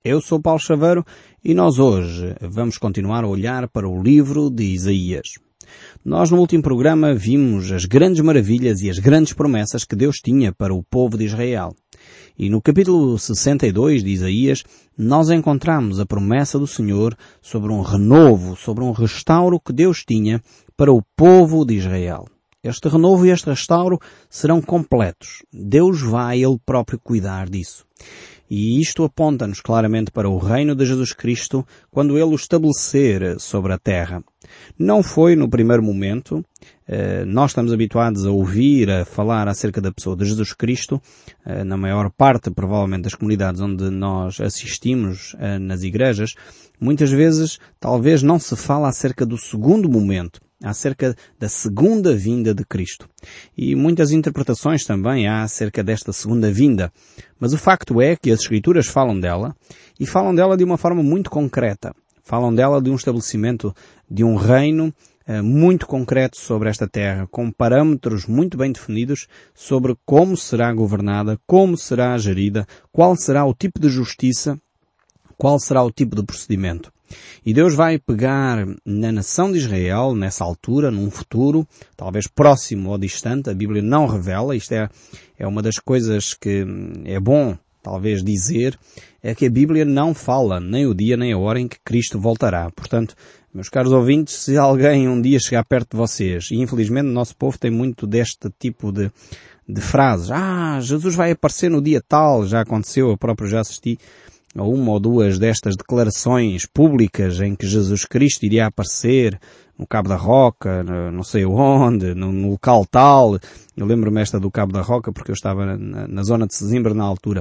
Eu sou Paulo Chaveiro e nós hoje vamos continuar a olhar para o livro de Isaías. Nós no último programa vimos as grandes maravilhas e as grandes promessas que Deus tinha para o povo de Israel. E no capítulo 62 de Isaías nós encontramos a promessa do Senhor sobre um renovo, sobre um restauro que Deus tinha para o povo de Israel. Este renovo e este restauro serão completos. Deus vai Ele próprio cuidar disso. E isto aponta-nos claramente para o reino de Jesus Cristo quando Ele o estabelecer sobre a terra. Não foi no primeiro momento. Nós estamos habituados a ouvir, a falar acerca da pessoa de Jesus Cristo, na maior parte, provavelmente, das comunidades onde nós assistimos nas igrejas. Muitas vezes, talvez não se fala acerca do segundo momento, acerca da segunda vinda de Cristo. E muitas interpretações também há acerca desta segunda vinda. Mas o facto é que as Escrituras falam dela, e falam dela de uma forma muito concreta. Falam dela de um estabelecimento de um reino muito concreto sobre esta terra, com parâmetros muito bem definidos sobre como será governada, como será gerida, qual será o tipo de justiça, qual será o tipo de procedimento. E Deus vai pegar na nação de Israel, nessa altura, num futuro, talvez próximo ou distante, a Bíblia não revela, isto é uma das coisas que é bom, talvez, dizer, é que a Bíblia não fala nem o dia nem a hora em que Cristo voltará. Portanto, meus caros ouvintes, se alguém um dia chegar perto de vocês, e infelizmente o nosso povo tem muito deste tipo de frases, Jesus vai aparecer no dia tal, já aconteceu, eu próprio já assisti a uma ou duas destas declarações públicas em que Jesus Cristo iria aparecer no Cabo da Roca, não sei onde, no local tal. Eu lembro-me esta do Cabo da Roca porque eu estava na zona de Sesimbra na altura.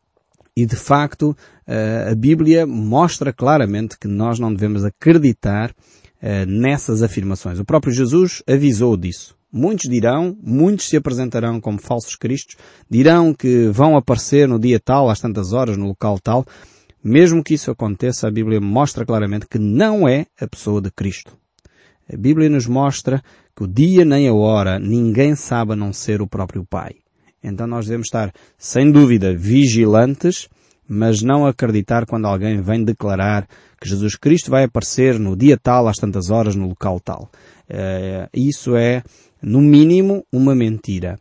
E de facto, a Bíblia mostra claramente que nós não devemos acreditar nessas afirmações. O próprio Jesus avisou disso. Muitos se apresentarão como falsos cristos, dirão que vão aparecer no dia tal, às tantas horas, no local tal. Mesmo que isso aconteça, a Bíblia mostra claramente que não é a pessoa de Cristo. A Bíblia nos mostra que o dia nem a hora ninguém sabe a não ser o próprio Pai. Então nós devemos estar, sem dúvida, vigilantes, mas não acreditar quando alguém vem declarar que Jesus Cristo vai aparecer no dia tal, às tantas horas, no local tal. Isso é, no mínimo, uma mentira.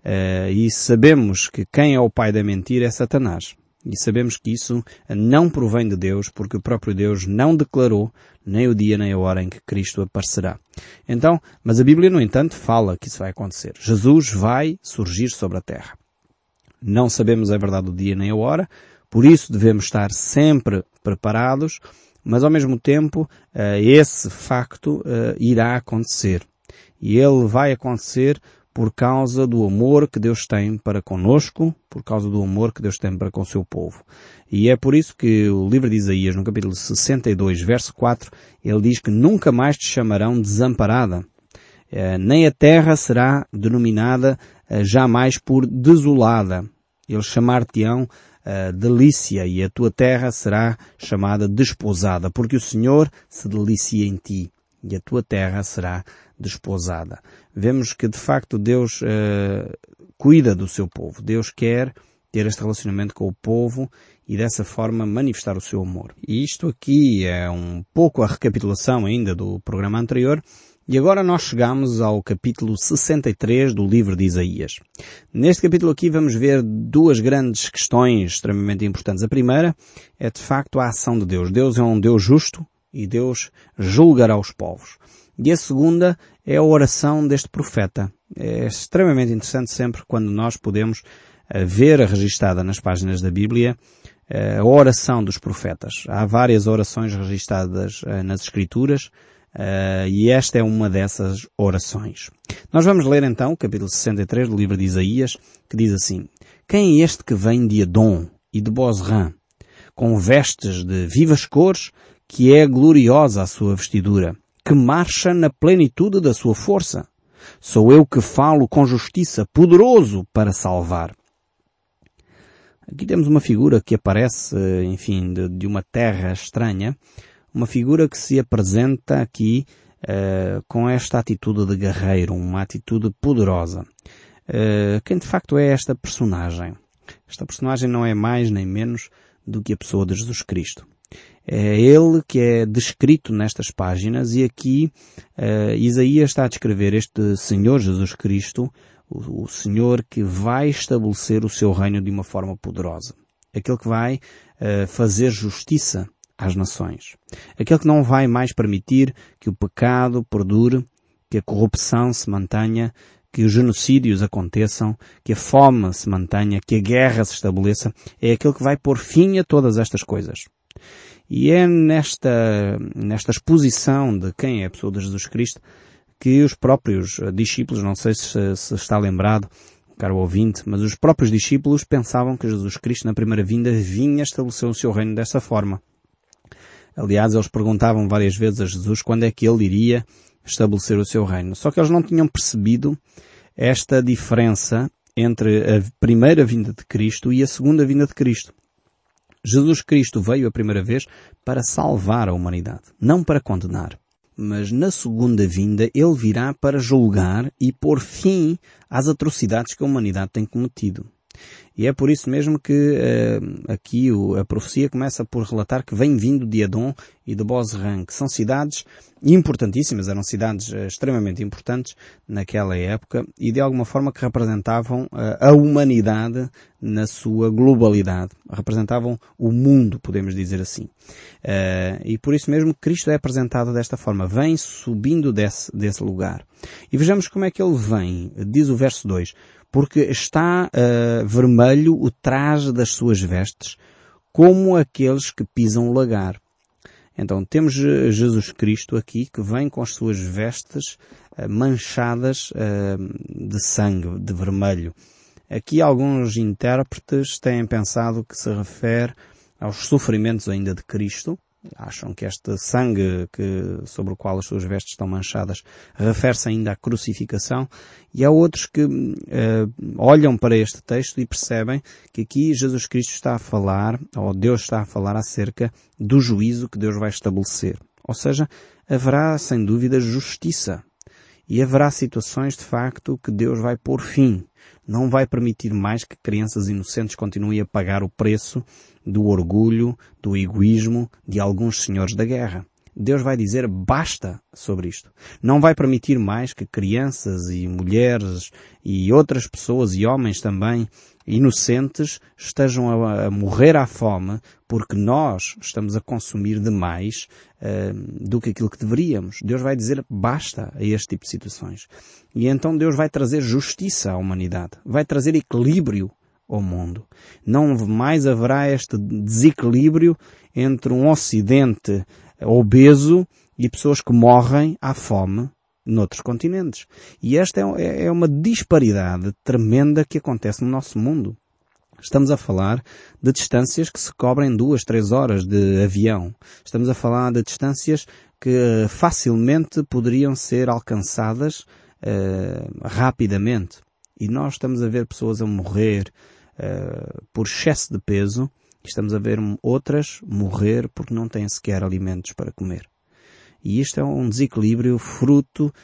E sabemos que quem é o pai da mentira é Satanás. E sabemos que isso não provém de Deus, porque o próprio Deus não declarou nem o dia nem a hora em que Cristo aparecerá. Então, mas a Bíblia, no entanto, fala que isso vai acontecer. Jesus vai surgir sobre a terra. Não sabemos a verdade do dia nem a hora, por isso devemos estar sempre preparados, mas ao mesmo tempo esse facto irá acontecer. E ele vai acontecer por causa do amor que Deus tem para conosco, por causa do amor que Deus tem para com o seu povo. E é por isso que o livro de Isaías, no capítulo 62, verso 4, ele diz que nunca mais te chamarão desamparada, nem a terra será denominada jamais por desolada. Eles chamar-te-ão delícia, e a tua terra será chamada desposada, porque o Senhor se delicia em ti, e a tua terra será desposada. Vemos que de facto Deus cuida do seu povo. Deus quer ter este relacionamento com o povo e dessa forma manifestar o seu amor. E isto aqui é um pouco a recapitulação ainda do programa anterior. E agora nós chegamos ao capítulo 63 do livro de Isaías. Neste capítulo aqui vamos ver duas grandes questões extremamente importantes. A primeira é de facto a ação de Deus. Deus é um Deus justo e Deus julgará os povos. E a segunda é a oração deste profeta. É extremamente interessante sempre quando nós podemos ver registada nas páginas da Bíblia a oração dos profetas. Há várias orações registadas nas Escrituras e esta é uma dessas orações. Nós vamos ler então o capítulo 63 do livro de Isaías, que diz assim: Quem é este que vem de Edom e de Bozrã, com vestes de vivas cores, que é gloriosa a sua vestidura, que marcha na plenitude da sua força? Sou eu que falo com justiça, poderoso para salvar. Aqui temos uma figura que aparece, enfim, de uma terra estranha, uma figura que se apresenta aqui com esta atitude de guerreiro, uma atitude poderosa. Quem de facto é esta personagem? Esta personagem não é mais nem menos do que a pessoa de Jesus Cristo. É Ele que é descrito nestas páginas e aqui Isaías está a descrever este Senhor Jesus Cristo, o Senhor que vai estabelecer o seu reino de uma forma poderosa. Aquele que vai fazer justiça às nações. Aquele que não vai mais permitir que o pecado perdure, que a corrupção se mantenha, que os genocídios aconteçam, que a fome se mantenha, que a guerra se estabeleça. É aquele que vai pôr fim a todas estas coisas. E é nesta exposição de quem é a pessoa de Jesus Cristo que os próprios discípulos, não sei se está lembrado, caro ouvinte, mas os próprios discípulos pensavam que Jesus Cristo na primeira vinda vinha estabelecer o seu reino dessa forma. Aliás, eles perguntavam várias vezes a Jesus quando é que ele iria estabelecer o seu reino. Só que eles não tinham percebido esta diferença entre a primeira vinda de Cristo e a segunda vinda de Cristo. Jesus Cristo veio a primeira vez para salvar a humanidade, não para condenar. Mas na segunda vinda ele virá para julgar e pôr fim às atrocidades que a humanidade tem cometido. E é por isso mesmo que aqui a profecia começa por relatar que vem vindo de Edom e de Bozrã, que são cidades importantíssimas, eram cidades extremamente importantes naquela época e de alguma forma que representavam a humanidade na sua globalidade. Representavam o mundo, podemos dizer assim. E por isso mesmo Cristo é apresentado desta forma. Vem subindo desse lugar. E vejamos como é que ele vem. Diz o verso 2. Porque está vermelho o traje das suas vestes, como aqueles que pisam o lagar. Então temos Jesus Cristo aqui, que vem com as suas vestes manchadas de sangue, de vermelho. Aqui alguns intérpretes têm pensado que se refere aos sofrimentos ainda de Cristo. Acham que este sangue sobre o qual as suas vestes estão manchadas refere-se ainda à crucificação, e há outros que olham para este texto e percebem que aqui Jesus Cristo está a falar, ou Deus está a falar acerca do juízo que Deus vai estabelecer. Ou seja, haverá sem dúvida justiça. E haverá situações, de facto, que Deus vai pôr fim. Não vai permitir mais que crianças inocentes continuem a pagar o preço do orgulho, do egoísmo de alguns senhores da guerra. Deus vai dizer basta sobre isto. Não vai permitir mais que crianças e mulheres e outras pessoas e homens também inocentes estejam a morrer à fome porque nós estamos a consumir demais do que aquilo que deveríamos. Deus vai dizer basta a este tipo de situações. E então Deus vai trazer justiça à humanidade. Vai trazer equilíbrio ao mundo. Não mais haverá este desequilíbrio entre um ocidente obeso e pessoas que morrem à fome noutros continentes. E esta é uma disparidade tremenda que acontece no nosso mundo. Estamos a falar de distâncias que se cobrem 2, 3 horas de avião. Estamos a falar de distâncias que facilmente poderiam ser alcançadas rapidamente. E nós estamos a ver pessoas a morrer por excesso de peso e estamos a ver outras morrer porque não têm sequer alimentos para comer. E isto é um desequilíbrio fruto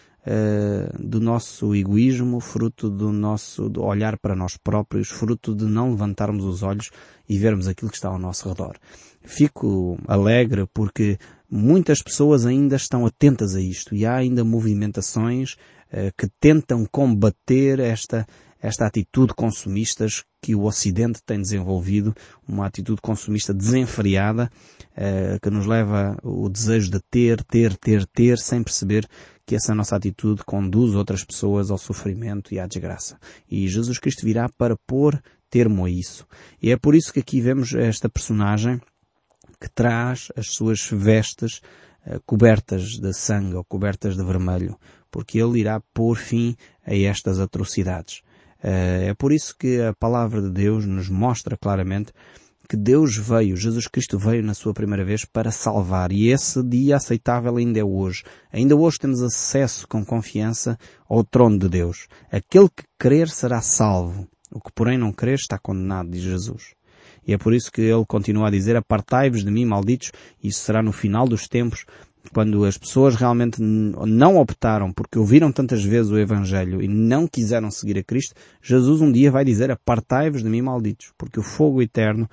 do nosso egoísmo, fruto do olhar para nós próprios, fruto de não levantarmos os olhos e vermos aquilo que está ao nosso redor. Fico alegre porque muitas pessoas ainda estão atentas a isto e há ainda movimentações que tentam combater esta atitude consumista que o Ocidente tem desenvolvido, uma atitude consumista desenfreada, que nos leva o desejo de ter, sem perceber que essa nossa atitude conduz outras pessoas ao sofrimento e à desgraça. E Jesus Cristo virá para pôr termo a isso. E é por isso que aqui vemos esta personagem que traz as suas vestes cobertas de sangue ou cobertas de vermelho, porque ele irá pôr fim a estas atrocidades. É por isso que a palavra de Deus nos mostra claramente que Deus veio, Jesus Cristo veio na sua primeira vez para salvar, e esse dia aceitável ainda é hoje. Ainda hoje temos acesso com confiança ao trono de Deus. Aquele que crer será salvo. O que porém não crer está condenado, diz Jesus. E é por isso que ele continua a dizer, apartai-vos de mim, malditos, e isso será no final dos tempos quando as pessoas realmente não optaram porque ouviram tantas vezes o Evangelho e não quiseram seguir a Cristo, Jesus um dia vai dizer: apartai-vos de mim, malditos, porque o fogo eterno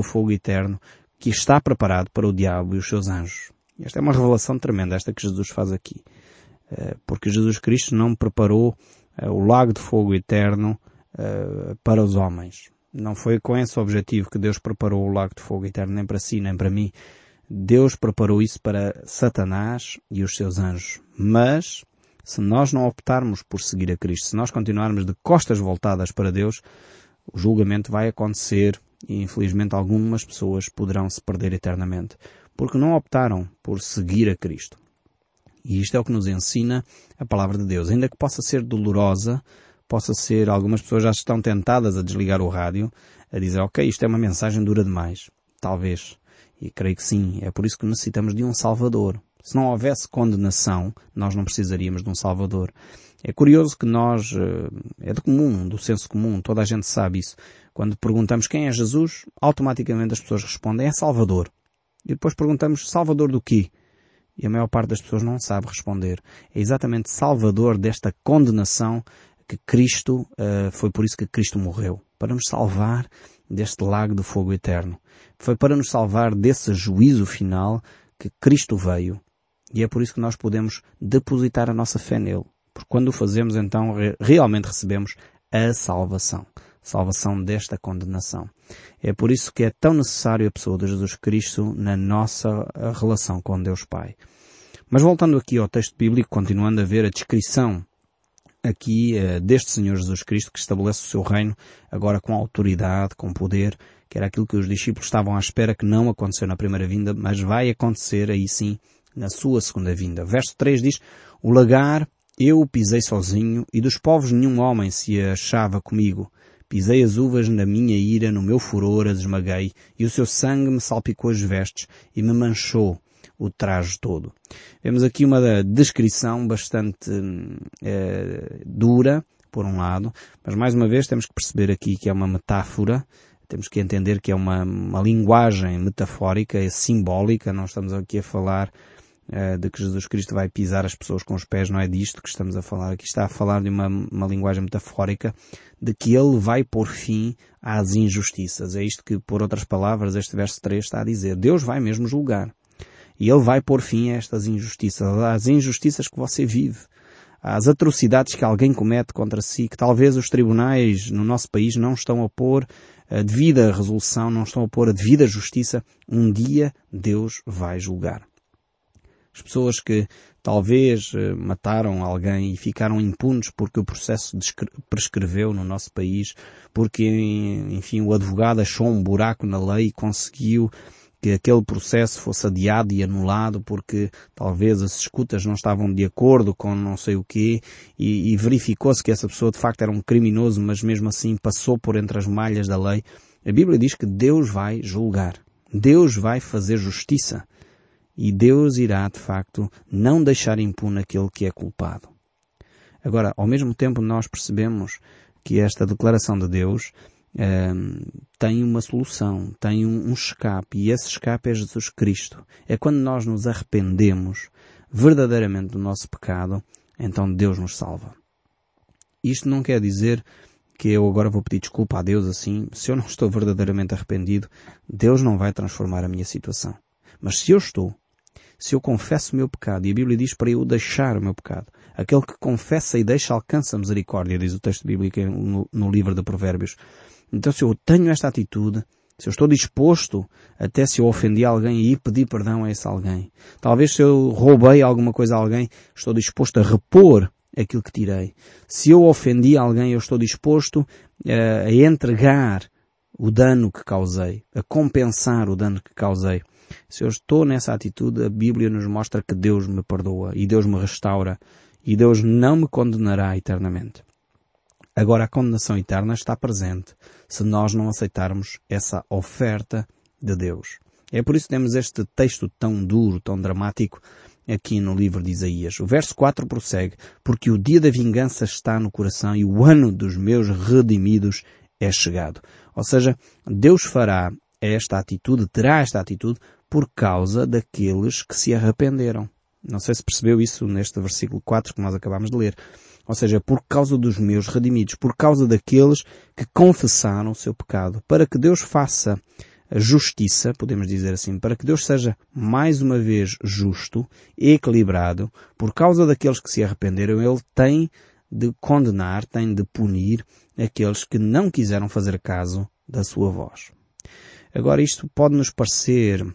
que está preparado para o diabo e os seus anjos. Esta é uma revelação tremenda, esta que Jesus faz aqui. Porque Jesus Cristo não preparou o lago de fogo eterno para os homens. Não foi com esse objetivo que Deus preparou o lago de fogo eterno, nem para si, nem para mim. Deus preparou isso para Satanás e os seus anjos. Mas, se nós não optarmos por seguir a Cristo, se nós continuarmos de costas voltadas para Deus, o julgamento vai acontecer e, infelizmente, algumas pessoas poderão se perder eternamente, porque não optaram por seguir a Cristo. E isto é o que nos ensina a palavra de Deus. Ainda que possa ser dolorosa, algumas pessoas já estão tentadas a desligar o rádio, a dizer: ok, isto é uma mensagem dura demais. Talvez. E creio que sim. É por isso que necessitamos de um Salvador. Se não houvesse condenação, nós não precisaríamos de um Salvador. É curioso que nós, do senso comum, toda a gente sabe isso. Quando perguntamos quem é Jesus, automaticamente as pessoas respondem: é Salvador. E depois perguntamos: Salvador do quê? E a maior parte das pessoas não sabe responder. É exatamente Salvador desta condenação que Cristo, foi por isso que Cristo morreu. Para nos salvar deste lago de fogo eterno. Foi para nos salvar desse juízo final que Cristo veio. E é por isso que nós podemos depositar a nossa fé nele. Porque quando o fazemos, então, realmente recebemos a salvação. Salvação desta condenação. É por isso que é tão necessário a pessoa de Jesus Cristo na nossa relação com Deus Pai. Mas voltando aqui ao texto bíblico, continuando a ver a descrição aqui deste Senhor Jesus Cristo, que estabelece o seu reino agora com autoridade, com poder, que era aquilo que os discípulos estavam à espera que não aconteceu na primeira vinda, mas vai acontecer aí sim na sua segunda vinda. Verso 3 diz: o lagar eu o pisei sozinho, e dos povos nenhum homem se achava comigo. Pisei as uvas na minha ira, no meu furor as esmaguei, e o seu sangue me salpicou as vestes e me manchou o traje todo. Vemos aqui uma descrição bastante dura, por um lado, mas mais uma vez temos que perceber aqui que é uma metáfora, temos que entender que é uma linguagem metafórica, é simbólica, não estamos aqui a falar de que Jesus Cristo vai pisar as pessoas com os pés, não é disto que estamos a falar. Aqui está a falar de uma linguagem metafórica de que ele vai pôr fim às injustiças. É isto que, por outras palavras, este verso 3 está a dizer. Deus vai mesmo julgar. E ele vai pôr fim a estas injustiças, às injustiças que você vive, às atrocidades que alguém comete contra si, que talvez os tribunais no nosso país não estão a pôr a devida resolução, não estão a pôr a devida justiça. Um dia Deus vai julgar. As pessoas que talvez mataram alguém e ficaram impunes porque o processo prescreveu no nosso país, porque, enfim, o advogado achou um buraco na lei e conseguiu que aquele processo fosse adiado e anulado porque talvez as escutas não estavam de acordo com não sei o quê e verificou-se que essa pessoa de facto era um criminoso, mas mesmo assim passou por entre as malhas da lei. A Bíblia diz que Deus vai julgar. Deus vai fazer justiça. E Deus irá, de facto, não deixar impune aquele que é culpado. Agora, ao mesmo tempo, nós percebemos que esta declaração de Deus tem uma solução, tem um escape, e esse escape é Jesus Cristo. É quando nós nos arrependemos verdadeiramente do nosso pecado, então Deus nos salva. Isto não quer dizer que eu agora vou pedir desculpa a Deus assim. Se eu não estou verdadeiramente arrependido, Deus não vai transformar a minha situação. Mas se eu estou, se eu confesso o meu pecado, e a Bíblia diz para eu deixar o meu pecado, aquele que confessa e deixa alcança a misericórdia, diz o texto bíblico no livro de Provérbios. Então se eu tenho esta atitude, se eu estou disposto, até se eu ofendi alguém, a ir pedir perdão a esse alguém. Talvez se eu roubei alguma coisa a alguém, estou disposto a repor aquilo que tirei. Se eu ofendi alguém, eu estou disposto a entregar o dano que causei, a compensar o dano que causei. Se eu estou nessa atitude, a Bíblia nos mostra que Deus me perdoa e Deus me restaura e Deus não me condenará eternamente. Agora, a condenação eterna está presente se nós não aceitarmos essa oferta de Deus. É por isso que temos este texto tão duro, tão dramático, aqui no livro de Isaías. O verso 4 prossegue: porque o dia da vingança está no coração e o ano dos meus redimidos é chegado. Ou seja, Deus fará esta atitude, terá esta atitude por causa daqueles que se arrependeram. Não sei se percebeu isso neste versículo 4 que nós acabamos de ler. Ou seja, por causa dos meus redimidos, por causa daqueles que confessaram o seu pecado, para que Deus faça a justiça, podemos dizer assim, para que Deus seja mais uma vez justo, equilibrado, por causa daqueles que se arrependeram, Ele tem de condenar, tem de punir aqueles que não quiseram fazer caso da sua voz. Agora isto pode nos parecer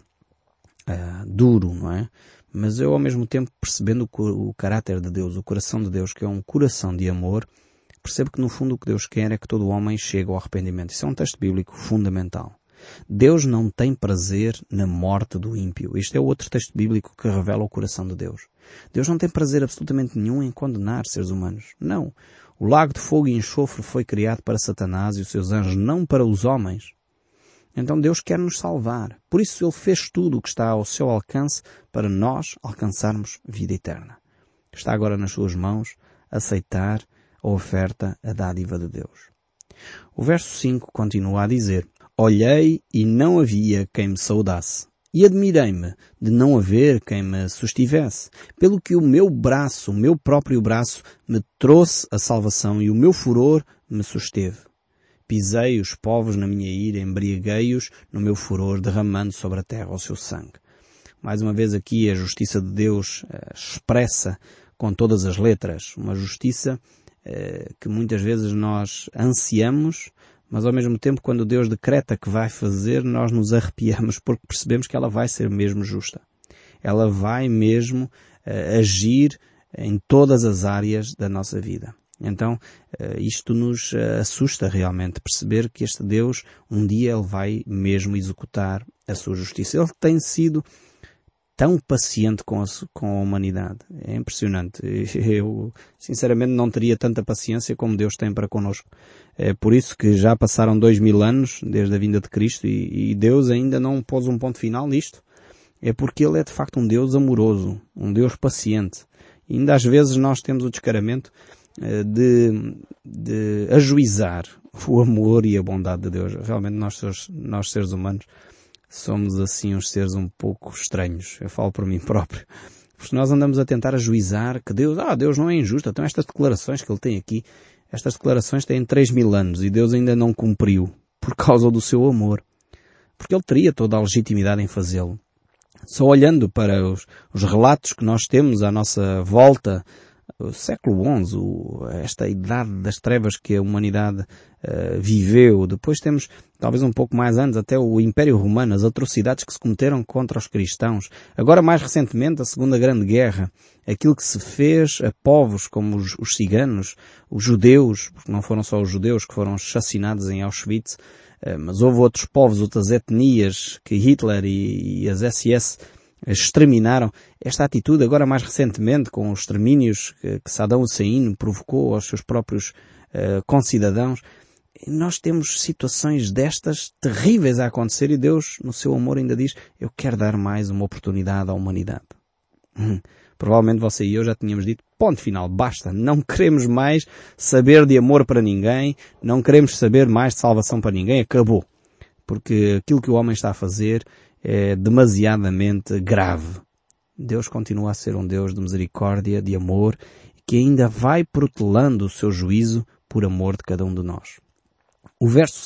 duro, não é? Mas eu ao mesmo tempo, percebendo o caráter de Deus, o coração de Deus, que é um coração de amor, percebo que no fundo o que Deus quer é que todo homem chegue ao arrependimento. Isso é um texto bíblico fundamental. Deus não tem prazer na morte do ímpio. Este é outro texto bíblico que revela o coração de Deus. Deus não tem prazer absolutamente nenhum em condenar seres humanos. Não. O lago de fogo e enxofre foi criado para Satanás e os seus anjos, não para os homens. Então Deus quer nos salvar. Por isso Ele fez tudo o que está ao seu alcance para nós alcançarmos vida eterna. Está agora nas suas mãos aceitar a oferta, a dádiva de Deus. O verso 5 continua a dizer: olhei e não havia quem me saudasse, e admirei-me de não haver quem me sustivesse, pelo que o meu braço, o meu próprio braço, me trouxe a salvação e o meu furor me susteve. Pisei os povos na minha ira, embriaguei-os no meu furor, derramando sobre a terra o seu sangue. Mais uma vez aqui a justiça de Deus expressa com todas as letras, uma justiça que muitas vezes nós ansiamos, mas ao mesmo tempo quando Deus decreta que vai fazer, nós nos arrepiamos porque percebemos que ela vai ser mesmo justa. Ela vai mesmo agir em todas as áreas da nossa vida. Então, isto nos assusta realmente, perceber que este Deus, um dia Ele vai mesmo executar a sua justiça. Ele tem sido tão paciente com a humanidade. É impressionante. Eu, sinceramente, não teria tanta paciência como Deus tem para connosco. É por isso que já passaram 2000 anos desde a vinda de Cristo e Deus ainda não pôs um ponto final nisto. É porque Ele é de facto um Deus amoroso, um Deus paciente. E ainda às vezes nós temos o descaramento de ajuizar o amor e a bondade de Deus. Realmente nós seres humanos somos assim uns seres um pouco estranhos. Eu falo por mim próprio. Porque nós andamos a tentar ajuizar que Deus não é injusto. Então estas declarações que Ele tem aqui, estas declarações têm 3000 anos e Deus ainda não cumpriu por causa do seu amor. Porque Ele teria toda a legitimidade em fazê-lo. Só olhando para os relatos que nós temos à nossa volta, o século XI, esta idade das trevas que a humanidade viveu. Depois temos, talvez um pouco mais antes, até o Império Romano, as atrocidades que se cometeram contra os cristãos. Agora, mais recentemente, a Segunda Grande Guerra, aquilo que se fez a povos como os ciganos, os judeus, porque não foram só os judeus que foram assassinados em Auschwitz, mas houve outros povos, outras etnias que Hitler e as SS exterminaram. Esta atitude, agora mais recentemente, com os extermínios que Saddam Hussein provocou aos seus próprios concidadãos, nós temos situações destas terríveis a acontecer e Deus, no seu amor, ainda diz: eu quero dar mais uma oportunidade à humanidade. Provavelmente você e eu já tínhamos dito: ponto final, basta, não queremos mais saber de amor para ninguém, não queremos saber mais de salvação para ninguém, acabou. Porque aquilo que o homem está a fazer é demasiadamente grave. Deus continua a ser um Deus de misericórdia, de amor, que ainda vai protelando o seu juízo por amor de cada um de nós. O verso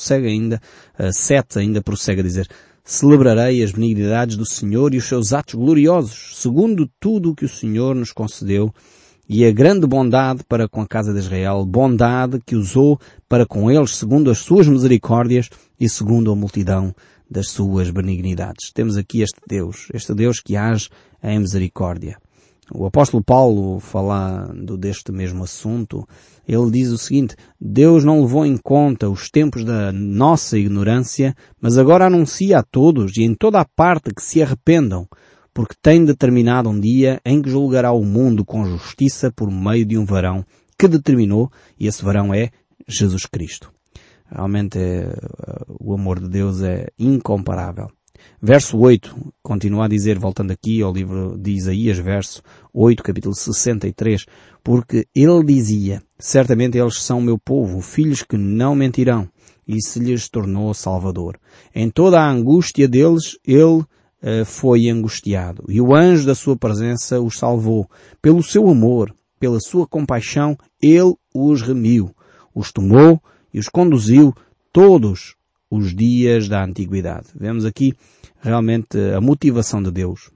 7 ainda prossegue a dizer: celebrarei as benignidades do Senhor e os seus atos gloriosos, segundo tudo o que o Senhor nos concedeu, e a grande bondade para com a casa de Israel, bondade que usou para com eles segundo as suas misericórdias e segundo a multidão das suas benignidades. Temos aqui este Deus que age em misericórdia. O apóstolo Paulo, falando deste mesmo assunto, ele diz o seguinte: Deus não levou em conta os tempos da nossa ignorância, mas agora anuncia a todos e em toda a parte que se arrependam, porque tem determinado um dia em que julgará o mundo com justiça por meio de um varão que determinou, e esse varão é Jesus Cristo. Realmente o amor de Deus é incomparável. Verso 8, continua a dizer, voltando aqui ao livro de Isaías, verso 8, capítulo 63, porque ele dizia: certamente eles são meu povo, filhos que não mentirão, e se lhes tornou Salvador. Em toda a angústia deles, ele foi angustiado, e o anjo da sua presença os salvou. Pelo seu amor, pela sua compaixão, ele os remiu, os tomou e os conduziu todos os dias da antiguidade. Vemos aqui realmente a motivação de Deus.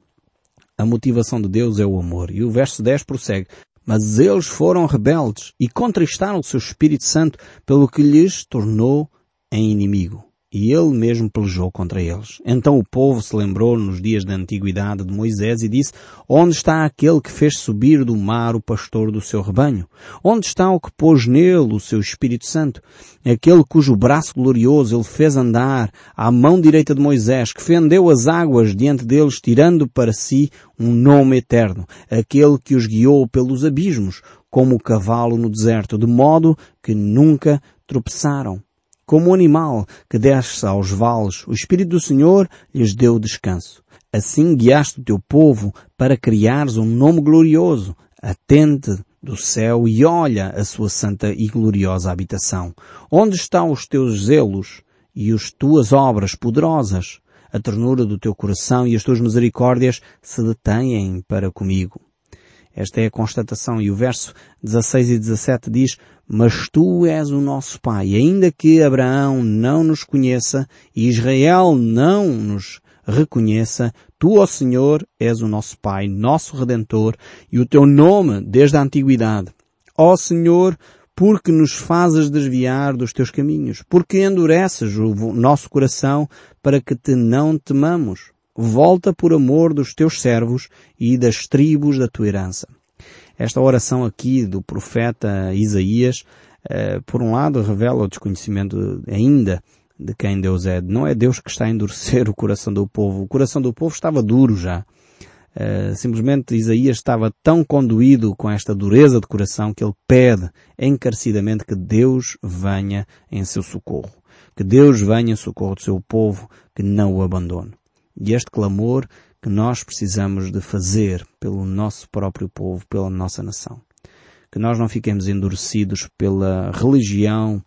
A motivação de Deus é o amor. E o verso 10 prossegue: mas eles foram rebeldes e contristaram o seu Espírito Santo, pelo que lhes tornou em inimigo. E ele mesmo pelejou contra eles. Então o povo se lembrou nos dias da antiguidade de Moisés e disse: onde está aquele que fez subir do mar o pastor do seu rebanho? Onde está o que pôs nele o seu Espírito Santo? Aquele cujo braço glorioso ele fez andar à mão direita de Moisés, que fendeu as águas diante deles, tirando para si um nome eterno. Aquele que os guiou pelos abismos, como o cavalo no deserto, de modo que nunca tropeçaram. Como o animal que desce aos vales, o Espírito do Senhor lhes deu descanso. Assim guiaste o teu povo para criares um nome glorioso. Atente do céu e olha a sua santa e gloriosa habitação. Onde estão os teus zelos e as tuas obras poderosas? A ternura do teu coração e as tuas misericórdias se detêm para comigo. Esta é a constatação, e o verso 16 e 17 diz: mas tu és o nosso Pai, ainda que Abraão não nos conheça e Israel não nos reconheça, tu, ó Senhor, és o nosso Pai, nosso Redentor, e o teu nome desde a antiguidade. Ó Senhor, porque nos fazes desviar dos teus caminhos, porque endureces o nosso coração para que te não temamos. Volta por amor dos teus servos e das tribos da tua herança. Esta oração aqui do profeta Isaías, por um lado, revela o desconhecimento ainda de quem Deus é. Não é Deus que está a endurecer o coração do povo. O coração do povo estava duro já. Simplesmente Isaías estava tão conduído com esta dureza de coração que ele pede encarecidamente que Deus venha em seu socorro. Que Deus venha em socorro do seu povo, que não o abandone. E este clamor que nós precisamos de fazer pelo nosso próprio povo, pela nossa nação. Que nós não fiquemos endurecidos pela religião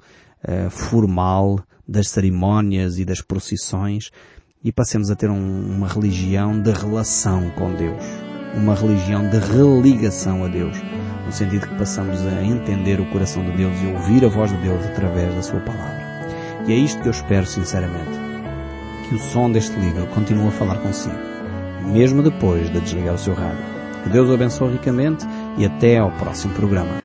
formal das cerimónias e das procissões e passemos a ter uma religião de relação com Deus. Uma religião de religação a Deus. No sentido que passamos a entender o coração de Deus e ouvir a voz de Deus através da sua palavra. E é isto que eu espero sinceramente. Que o som deste livro continue a falar consigo, mesmo depois de desligar o seu rádio. Que Deus o abençoe ricamente e até ao próximo programa.